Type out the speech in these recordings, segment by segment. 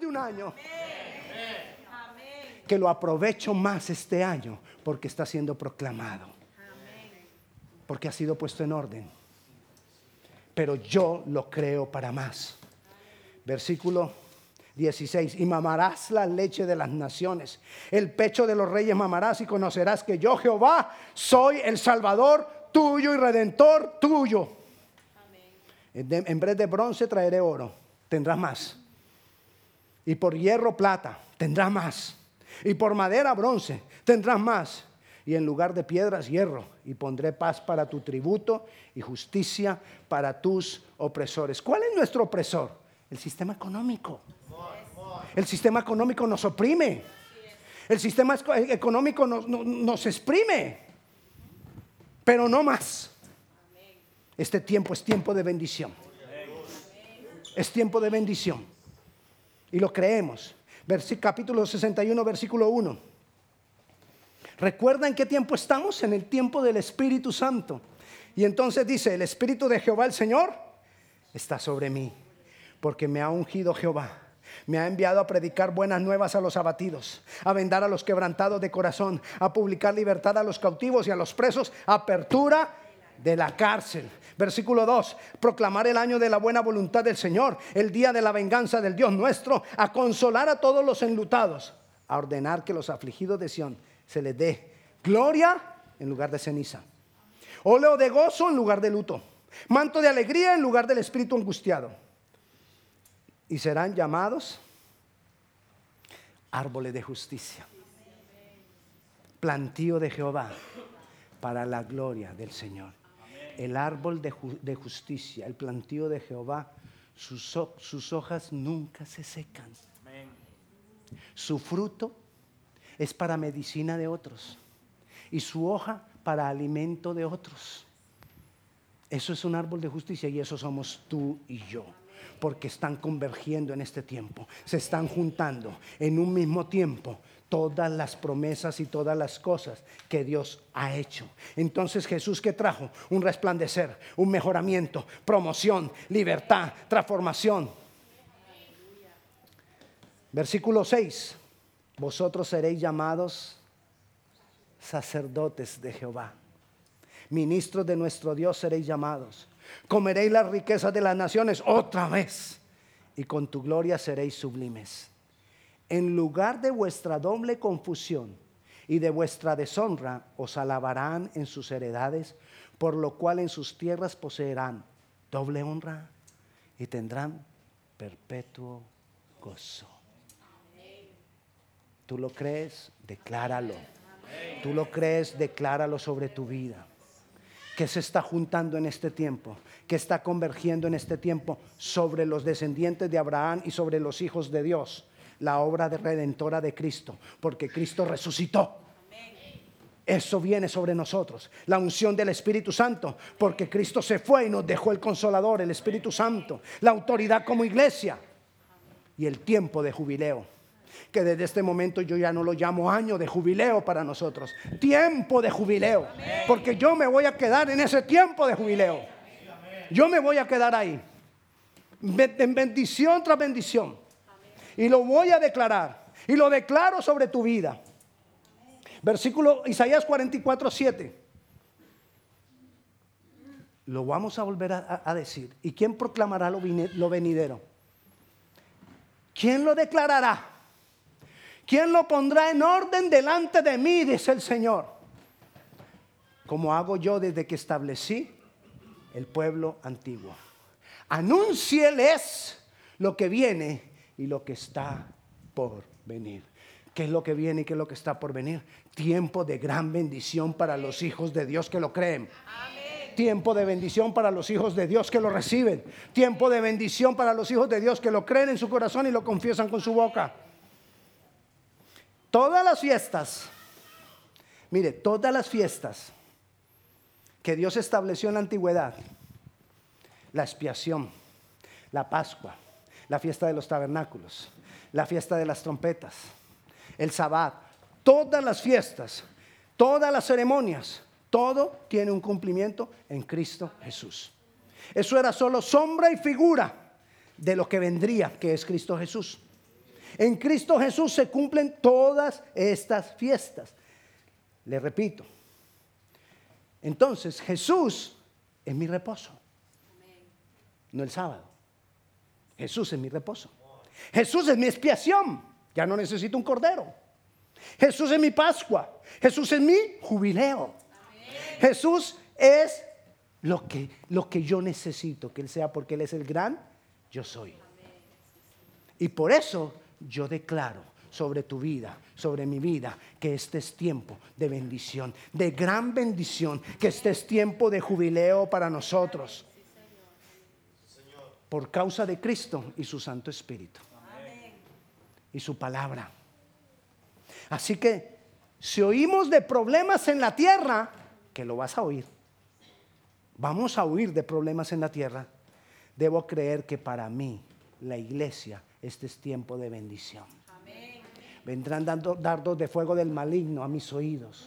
de un año, que lo aprovecho más este año porque está siendo proclamado, porque ha sido puesto en orden. Pero yo lo creo para más. Versículo 16: y mamarás la leche de las naciones, el pecho de los reyes mamarás, y conocerás que yo Jehová soy el Salvador tuyo y Redentor tuyo. En vez de bronce traeré oro, tendrás más. Y por hierro plata, tendrás más. Y por madera bronce, tendrás más. Y en lugar de piedras, hierro. Y pondré paz para tu tributo y justicia para tus opresores. ¿Cuál es nuestro opresor? El sistema económico. El sistema económico nos oprime. El sistema económico nos exprime. Pero no más. Este tiempo es tiempo de bendición. Es tiempo de bendición. Y lo creemos. Capítulo 61, versículo 1. ¿Recuerda en qué tiempo estamos? En el tiempo del Espíritu Santo. Y entonces dice: el Espíritu de Jehová el Señor está sobre mí, porque me ha ungido Jehová. Me ha enviado a predicar buenas nuevas a los abatidos, a vendar a los quebrantados de corazón, a publicar libertad a los cautivos y a los presos, apertura de la cárcel. Versículo 2: proclamar el año de la buena voluntad del Señor, el día de la venganza del Dios nuestro, a consolar a todos los enlutados, a ordenar que los afligidos de Sión se les dé gloria en lugar de ceniza, óleo de gozo en lugar de luto, manto de alegría en lugar del espíritu angustiado. Y serán llamados árboles de justicia, plantío de Jehová para la gloria del Señor. El árbol de justicia, el plantío de Jehová, sus hojas nunca se secan. Su fruto es para medicina de otros y su hoja para alimento de otros. Eso es un árbol de justicia, y eso somos tú y yo, porque están convergiendo en este tiempo. Se están juntando en un mismo tiempo todas las promesas y todas las cosas que Dios ha hecho. Entonces, Jesús, ¿qué trajo? Un resplandecer, un mejoramiento, promoción, libertad, transformación. Versículo 6: vosotros seréis llamados sacerdotes de Jehová, ministros de nuestro Dios seréis llamados. Comeréis las riquezas de las naciones otra vez, y con tu gloria seréis sublimes. En lugar de vuestra doble confusión y de vuestra deshonra, os alabarán en sus heredades, por lo cual en sus tierras poseerán doble honra y tendrán perpetuo gozo. ¿Tú lo crees? Decláralo. ¿Tú lo crees? Decláralo sobre tu vida. ¿Qué se está juntando en este tiempo? ¿Qué está convergiendo en este tiempo sobre los descendientes de Abraham y sobre los hijos de Dios? La obra redentora de Cristo, porque Cristo resucitó. Eso viene sobre nosotros. La unción del Espíritu Santo, porque Cristo se fue y nos dejó el Consolador, el Espíritu Santo. La autoridad como iglesia. Y el tiempo de jubileo, que desde este momento yo ya no lo llamo año de jubileo para nosotros. Tiempo de jubileo. Porque yo me voy a quedar en ese tiempo de jubileo. Yo me voy a quedar ahí. En bendición tras bendición. Y lo voy a declarar. Y lo declaro sobre tu vida. Versículo Isaías 44:7. Lo vamos a volver a decir. ¿Y quién proclamará lo venidero? ¿Quién lo declarará? ¿Quién lo pondrá en orden delante de mí? Dice el Señor. Como hago yo desde que establecí el pueblo antiguo. Anúncieles lo que viene y lo que está por venir. ¿Qué es lo que viene y qué es lo que está por venir? Tiempo de gran bendición para los hijos de Dios que lo creen. Amén. Tiempo de bendición para los hijos de Dios que lo reciben. Tiempo de bendición para los hijos de Dios que lo creen en su corazón y lo confiesan con su boca. Todas las fiestas, mire, todas las fiestas que Dios estableció en la antigüedad, la expiación, la Pascua, la fiesta de los tabernáculos, la fiesta de las trompetas, el Sabbat, todas las fiestas, todas las ceremonias, todo tiene un cumplimiento en Cristo Jesús. Eso era solo sombra y figura de lo que vendría, que es Cristo Jesús. En Cristo Jesús se cumplen todas estas fiestas. Le repito. Entonces Jesús es mi reposo. No el sábado. Jesús es mi reposo. Jesús es mi expiación. Ya no necesito un cordero. Jesús es mi Pascua. Jesús es mi jubileo. Jesús es lo que yo necesito que Él sea, porque Él es el gran yo soy. Y por eso yo declaro sobre tu vida, sobre mi vida, que este es tiempo de bendición, de gran bendición, que este es tiempo de jubileo para nosotros, por causa de Cristo y su Santo Espíritu y su palabra. Así que si oímos de problemas en la tierra, que lo vas a oír, vamos a oír de problemas en la tierra, debo creer que para mí, la iglesia, este es tiempo de bendición. Vendrán dando dardos de fuego del maligno a mis oídos.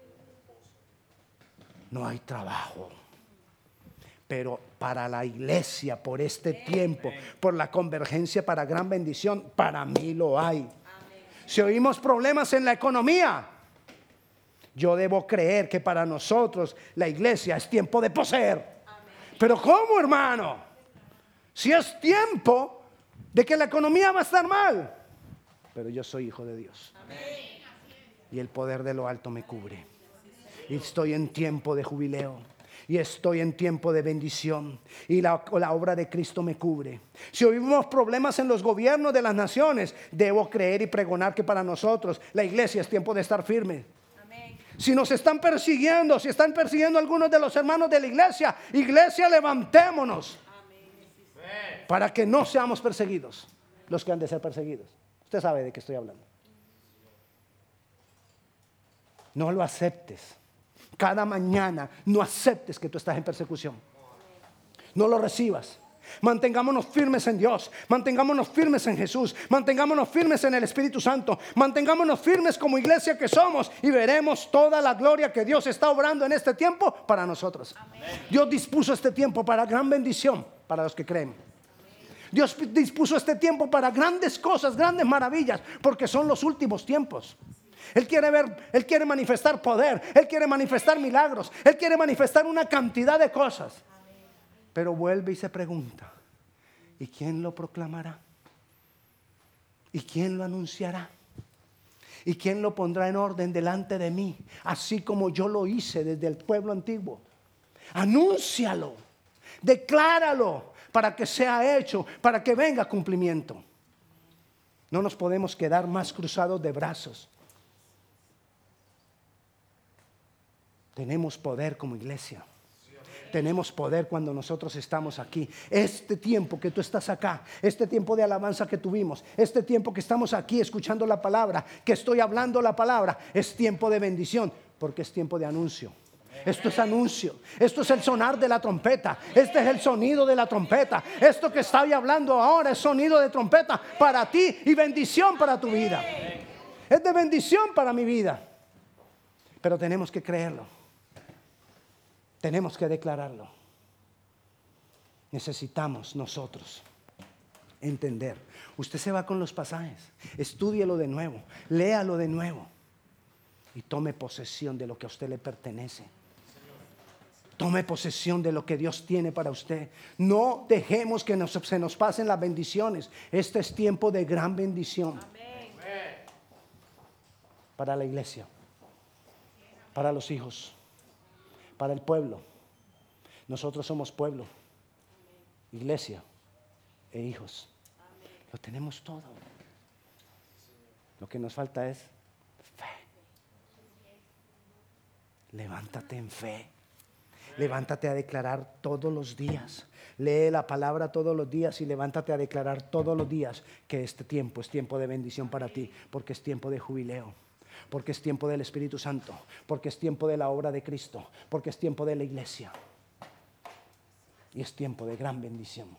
No hay trabajo. Pero para la iglesia, por este tiempo, por la convergencia para gran bendición, para mí lo hay. Si oímos problemas en la economía, yo debo creer que para nosotros, la iglesia, es tiempo de poseer. Pero ¿cómo, hermano? Si es tiempo de que la economía va a estar mal. Pero yo soy hijo de Dios. Y el poder de lo alto me cubre. Y estoy en tiempo de jubileo. Y estoy en tiempo de bendición. Y la obra de Cristo me cubre. Si oímos problemas en los gobiernos de las naciones, debo creer y pregonar que para nosotros, la iglesia, es tiempo de estar firme. Si nos están persiguiendo, si están persiguiendo a algunos de los hermanos de la iglesia, iglesia, levantémonos. Para que no seamos perseguidos, los que han de ser perseguidos. Usted sabe de qué estoy hablando. No lo aceptes. Cada mañana no aceptes que tú estás en persecución. No lo recibas. Mantengámonos firmes en Dios. Mantengámonos firmes en Jesús. Mantengámonos firmes en el Espíritu Santo. Mantengámonos firmes como iglesia que somos. Y veremos toda la gloria que Dios está obrando en este tiempo para nosotros. Amén. Dios dispuso este tiempo para gran bendición para los que creen. Dios dispuso este tiempo para grandes cosas, grandes maravillas, porque son los últimos tiempos. Él quiere manifestar poder, Él quiere manifestar milagros, Él quiere manifestar una cantidad de cosas. Pero vuelve y se pregunta, ¿y quién lo proclamará? ¿Y quién lo anunciará? ¿Y quién lo pondrá en orden delante de mí? Así como yo lo hice desde el pueblo antiguo. Anúncialo, decláralo, para que sea hecho, para que venga cumplimiento. No nos podemos quedar más cruzados de brazos. Tenemos poder como iglesia. Tenemos poder cuando nosotros estamos aquí. Este tiempo que tú estás acá, este tiempo de alabanza que tuvimos, este tiempo que estamos aquí escuchando la palabra, que estoy hablando la palabra, es tiempo de bendición, porque es tiempo de anuncio. Esto es anuncio, esto es el sonar de la trompeta, este es el sonido de la trompeta. Esto que estoy hablando ahora es sonido de trompeta para ti y bendición para tu vida. Es de bendición para mi vida. Pero tenemos que creerlo, tenemos que declararlo. Necesitamos nosotros entender. Usted se va con los pasajes, estúdielo de nuevo, léalo de nuevo y tome posesión de lo que a usted le pertenece. Tome posesión de lo que Dios tiene para usted. No dejemos que se nos pasen las bendiciones. Este es tiempo de gran bendición. Amén. Para la iglesia, para los hijos, para el pueblo. Nosotros somos pueblo, iglesia e hijos. Lo tenemos todo. Lo que nos falta es fe. Levántate en fe. Levántate a declarar todos los días. Lee la palabra todos los días y levántate a declarar todos los días que este tiempo es tiempo de bendición para ti, porque es tiempo de jubileo, porque es tiempo del Espíritu Santo, porque es tiempo de la obra de Cristo, porque es tiempo de la iglesia y es tiempo de gran bendición.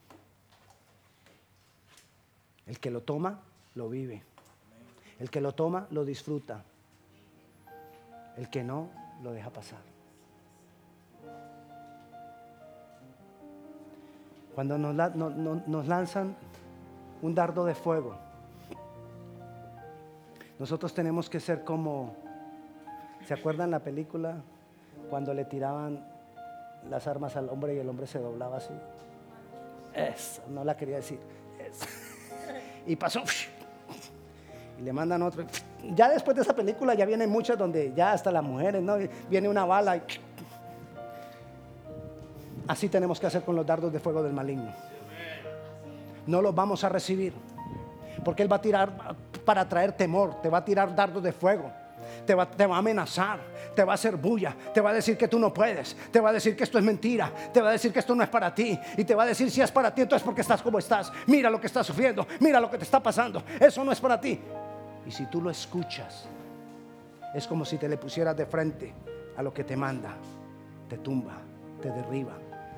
El que lo toma, lo vive. El que lo toma, lo disfruta. El que no, lo deja pasar. Cuando nos lanzan un dardo de fuego, Nosotros tenemos que ser como, ¿se acuerdan la película cuando le tiraban las armas al hombre y el hombre se doblaba así? Eso, no la quería decir. Eso. Y pasó. Y le mandan otro. Ya después de esa película ya vienen muchas donde ya hasta las mujeres, ¿no? Viene una bala y... Así tenemos que hacer con los dardos de fuego del maligno. No los vamos a recibir, porque Él va a tirar para traer temor. Te va a tirar dardos de fuego. Te va a amenazar, te va a hacer bulla, te va a decir que tú no puedes, te va a decir que esto es mentira, te va a decir que esto no es para ti, y te va a decir: si es para ti, entonces porque estás como estás, mira lo que estás sufriendo, mira lo que te está pasando, eso no es para ti. Y si tú lo escuchas, es como si te le pusieras de frente a lo que te manda. Te tumba, te derriba.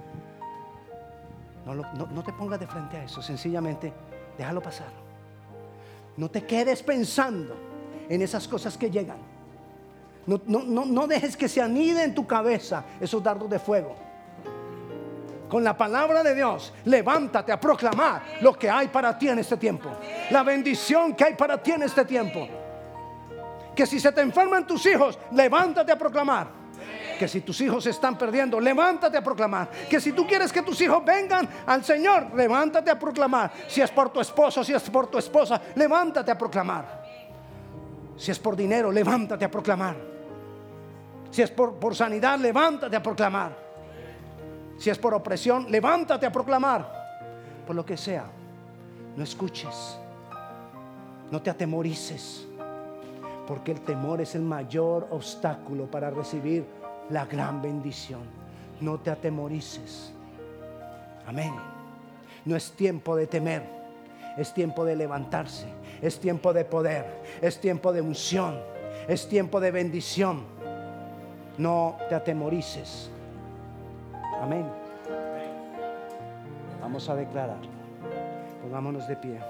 No te pongas de frente a eso, sencillamente déjalo pasar. No te quedes pensando en esas cosas que llegan. No dejes que se anide en tu cabeza esos dardos de fuego. Con la palabra de Dios, levántate a proclamar lo que hay para ti en este tiempo, la bendición que hay para ti en este tiempo. Que si se te enferman tus hijos, levántate a proclamar. Que si tus hijos se están perdiendo, levántate a proclamar. Que si tú quieres que tus hijos vengan al Señor, levántate a proclamar. Si es por tu esposo, si es por tu esposa, levántate a proclamar. Si es por dinero, levántate a proclamar. Si es por sanidad, levántate a proclamar. Si es por opresión, levántate a proclamar. Por lo que sea, no escuches, no te atemorices, porque el temor es el mayor obstáculo para recibir la gran bendición. No te atemorices. Amén. No es tiempo de temer, es tiempo de levantarse, es tiempo de poder, es tiempo de unción, es tiempo de bendición. No te atemorices. Amén. Vamos a declarar. Pongámonos de pie.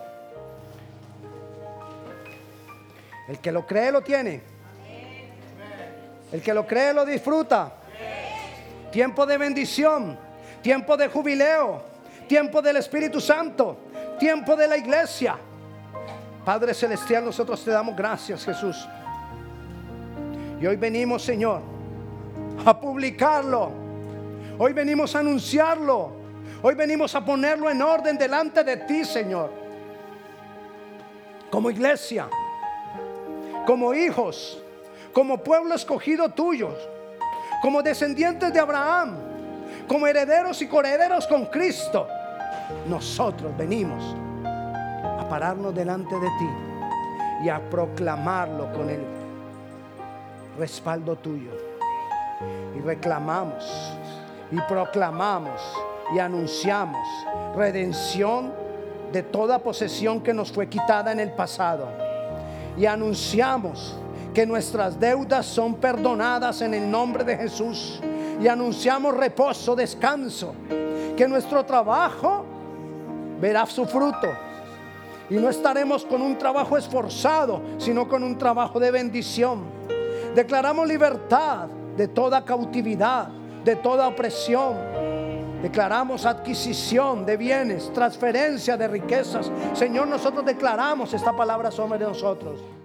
El que lo cree lo tiene. El que lo cree lo disfruta. Tiempo de bendición, tiempo de jubileo, tiempo del Espíritu Santo, tiempo de la iglesia. Padre celestial, nosotros te damos gracias, Jesús. Y hoy venimos, Señor, a publicarlo. Hoy venimos a anunciarlo. Hoy venimos a ponerlo en orden delante de ti, Señor. Como iglesia, como hijos, como pueblo escogido tuyo, como descendientes de Abraham, como herederos y coherederos con Cristo. Nosotros venimos a pararnos delante de ti y a proclamarlo con el respaldo tuyo. Y reclamamos y proclamamos y anunciamos redención de toda posesión que nos fue quitada en el pasado. Y anunciamos que nuestras deudas son perdonadas en el nombre de Jesús. Y anunciamos reposo, descanso, que nuestro trabajo verá su fruto. Y no estaremos con un trabajo esforzado, sino con un trabajo de bendición. Declaramos libertad de toda cautividad, de toda opresión. Declaramos adquisición de bienes, transferencia de riquezas. Señor, nosotros declaramos esta palabra sobre nosotros.